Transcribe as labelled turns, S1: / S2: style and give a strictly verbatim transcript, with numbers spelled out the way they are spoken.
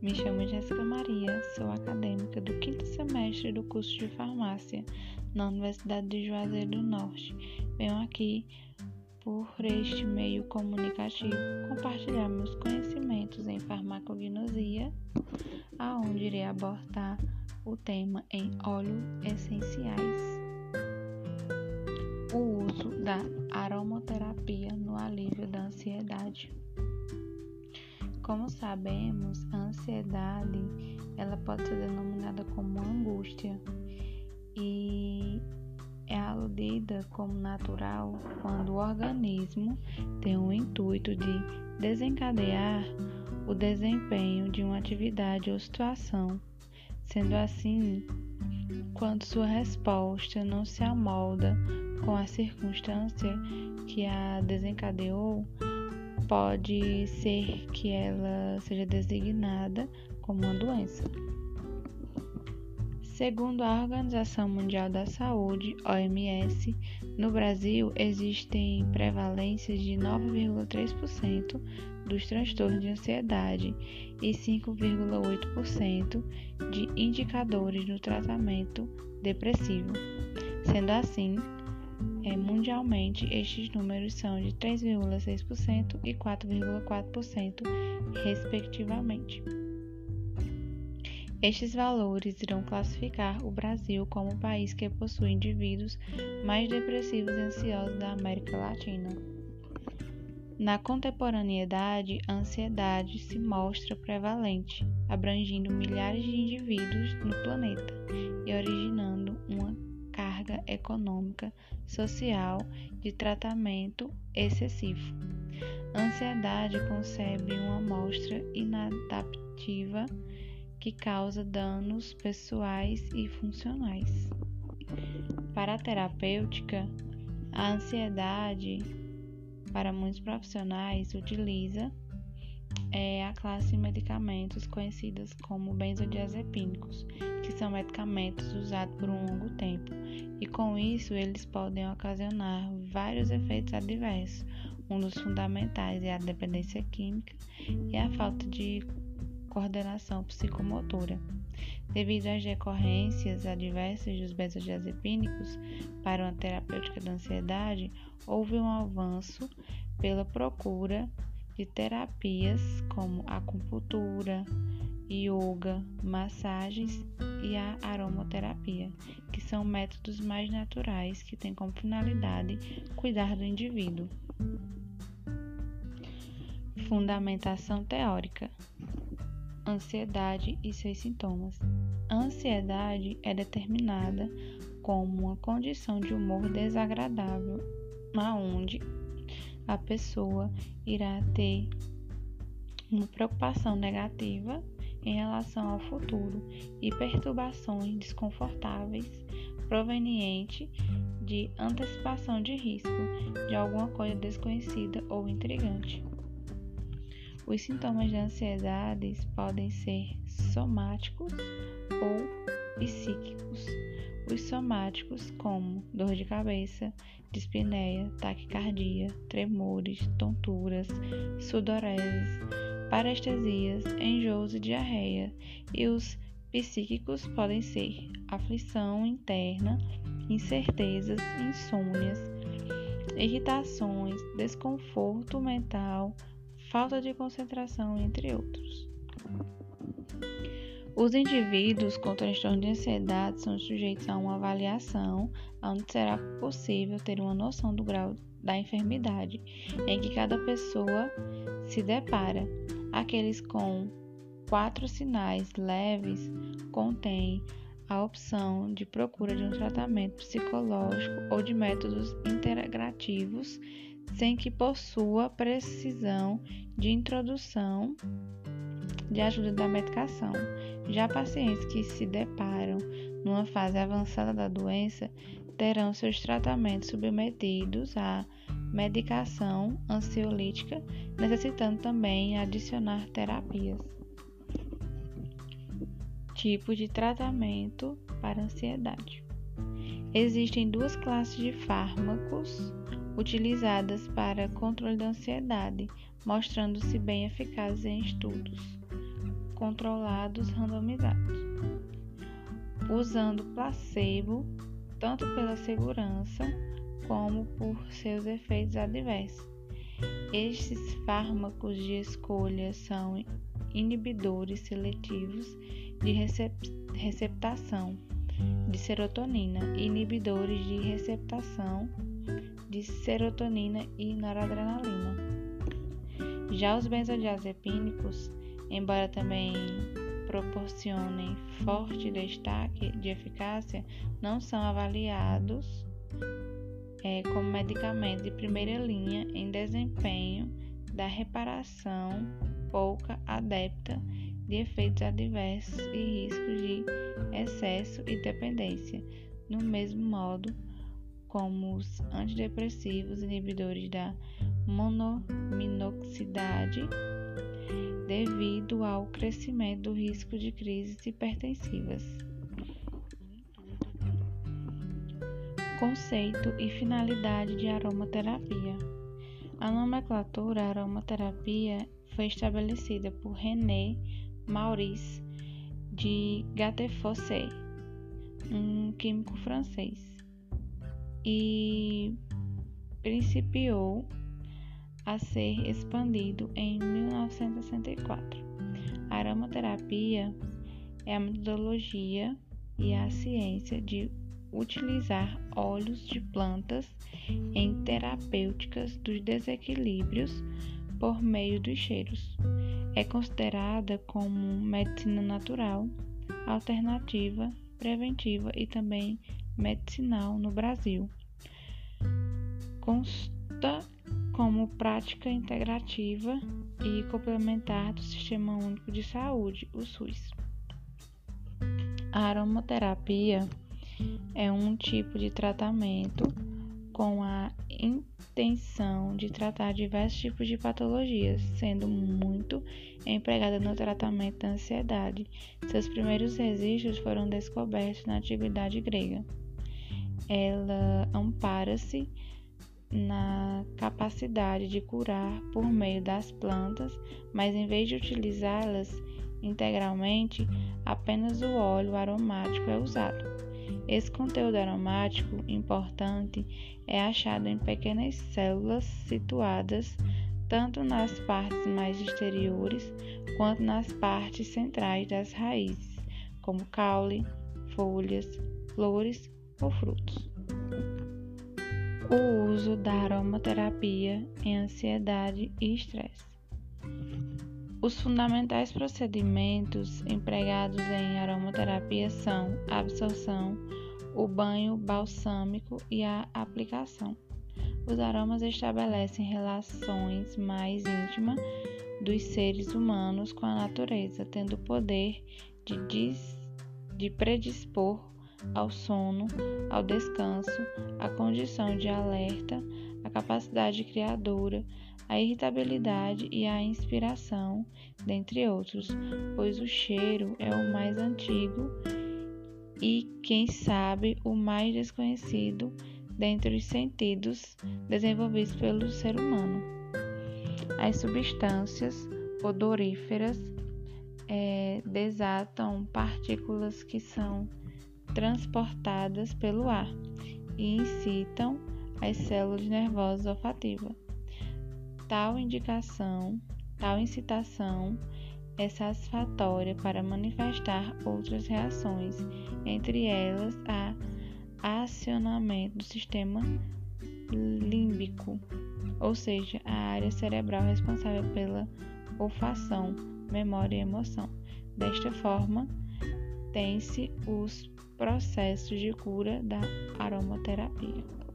S1: Me chamo Jéssica Maria, sou acadêmica do quinto semestre do curso de farmácia na Universidade de Juazeiro do Norte. Venho aqui, por este meio comunicativo, compartilhar meus conhecimentos em farmacognosia, aonde irei abordar o tema em óleos essenciais. O uso da aromaterapia no alívio da ansiedade. Como sabemos, a ansiedade ela pode ser denominada como angústia e é aludida como natural quando o organismo tem o intuito de desencadear o desempenho de uma atividade ou situação. Sendo assim, quando sua resposta não se amolda com a circunstância que a desencadeou, pode ser que ela seja designada como uma doença. Segundo a Organização Mundial da Saúde, O M S, no Brasil existem prevalências de nove vírgula três por cento dos transtornos de ansiedade e cinco vírgula oito por cento de indicadores no tratamento depressivo. Sendo assim, É, mundialmente, estes números são de três vírgula seis por cento e quatro vírgula quatro por cento, respectivamente. Estes valores irão classificar o Brasil como o país que possui indivíduos mais depressivos e ansiosos da América Latina. Na contemporaneidade, a ansiedade se mostra prevalente, abrangindo milhares de indivíduos no planeta e originando uma carga econômica, social de tratamento excessivo. A ansiedade concebe uma amostra inadaptativa que causa danos pessoais e funcionais. Para a terapêutica, a ansiedade, para muitos profissionais, utiliza é a classe de medicamentos conhecidas como benzodiazepínicos, que são medicamentos usados por um longo tempo, e com isso eles podem ocasionar vários efeitos adversos. Um dos fundamentais é a dependência química e a falta de coordenação psicomotora. Devido às decorrências adversas dos benzodiazepínicos para uma terapêutica da ansiedade, houve um avanço pela procura de terapias como a acupuntura, yoga, massagens e a aromaterapia, que são métodos mais naturais que têm como finalidade cuidar do indivíduo. Fundamentação teórica. Ansiedade e seus sintomas. A ansiedade é determinada como uma condição de humor desagradável, aonde a pessoa irá ter uma preocupação negativa em relação ao futuro e perturbações desconfortáveis provenientes de antecipação de risco de alguma coisa desconhecida ou intrigante. Os sintomas da ansiedade podem ser somáticos ou psíquicos. Os somáticos, como dor de cabeça, dispneia, taquicardia, tremores, tonturas, sudoreses, parestesias, enjoos e diarreia. E os psíquicos podem ser aflição interna, incertezas, insônias, irritações, desconforto mental, falta de concentração, entre outros. Os indivíduos com transtorno de ansiedade são sujeitos a uma avaliação, onde será possível ter uma noção do grau da enfermidade em que cada pessoa se depara. Aqueles com quatro sinais leves contêm a opção de procura de um tratamento psicológico ou de métodos integrativos, sem que possua precisão de introdução de ajuda da medicação. Já pacientes que se deparam numa fase avançada da doença terão seus tratamentos submetidos à medicação ansiolítica, necessitando também adicionar terapias. Tipos de tratamento para ansiedade. Existem duas classes de fármacos utilizadas para controle da ansiedade, mostrando-se bem eficazes em estudos, controlados randomizados, usando placebo tanto pela segurança como por seus efeitos adversos. Estes fármacos de escolha são inibidores seletivos de recep- receptação de serotonina e inibidores de receptação de serotonina e noradrenalina. Já os benzodiazepínicos, embora também proporcionem forte destaque de eficácia, não são avaliados é, como medicamentos de primeira linha em desempenho da reparação pouca adepta de efeitos adversos e riscos de excesso e dependência, no mesmo modo como os antidepressivos inibidores da monominoxidase, devido ao crescimento do risco de crises hipertensivas. Conceito e finalidade de aromaterapia. A nomenclatura aromaterapia foi estabelecida por René Maurice de Gattefossé, um químico francês, e principiou a ser expandido em mil novecentos e sessenta e quatro. A aromaterapia é a metodologia e a ciência de utilizar óleos de plantas em terapêuticas dos desequilíbrios por meio dos cheiros. É considerada como medicina natural, alternativa, preventiva e também medicinal no Brasil. Consta como prática integrativa e complementar do Sistema Único de Saúde, o SUS. A aromaterapia é um tipo de tratamento com a intenção de tratar diversos tipos de patologias, sendo muito empregada no tratamento da ansiedade. Seus primeiros registros foram descobertos na Antiguidade Grega. Ela ampara-se na capacidade de curar por meio das plantas, mas em vez de utilizá-las integralmente, apenas o óleo aromático é usado. Esse conteúdo aromático importante é achado em pequenas células situadas tanto nas partes mais exteriores quanto nas partes centrais das raízes, como caule, folhas, flores ou frutos. O uso da aromaterapia em ansiedade e estresse. Os fundamentais procedimentos empregados em aromaterapia são a absorção, o banho balsâmico e a aplicação. Os aromas estabelecem relações mais íntimas dos seres humanos com a natureza, tendo o poder de, dis, de predispor ao sono, ao descanso, à condição de alerta, à capacidade criadora, à irritabilidade e à inspiração, dentre outros, pois o cheiro é o mais antigo e, quem sabe, o mais desconhecido dentre os sentidos desenvolvidos pelo ser humano. As substâncias odoríferas é, desatam partículas que são transportadas pelo ar e incitam as células nervosas olfativas. Tal indicação, tal incitação é satisfatória para manifestar outras reações, entre elas a acionamento do sistema límbico, ou seja, a área cerebral responsável pela olfação, memória e emoção. Desta forma, tem-se os processos de cura da aromaterapia.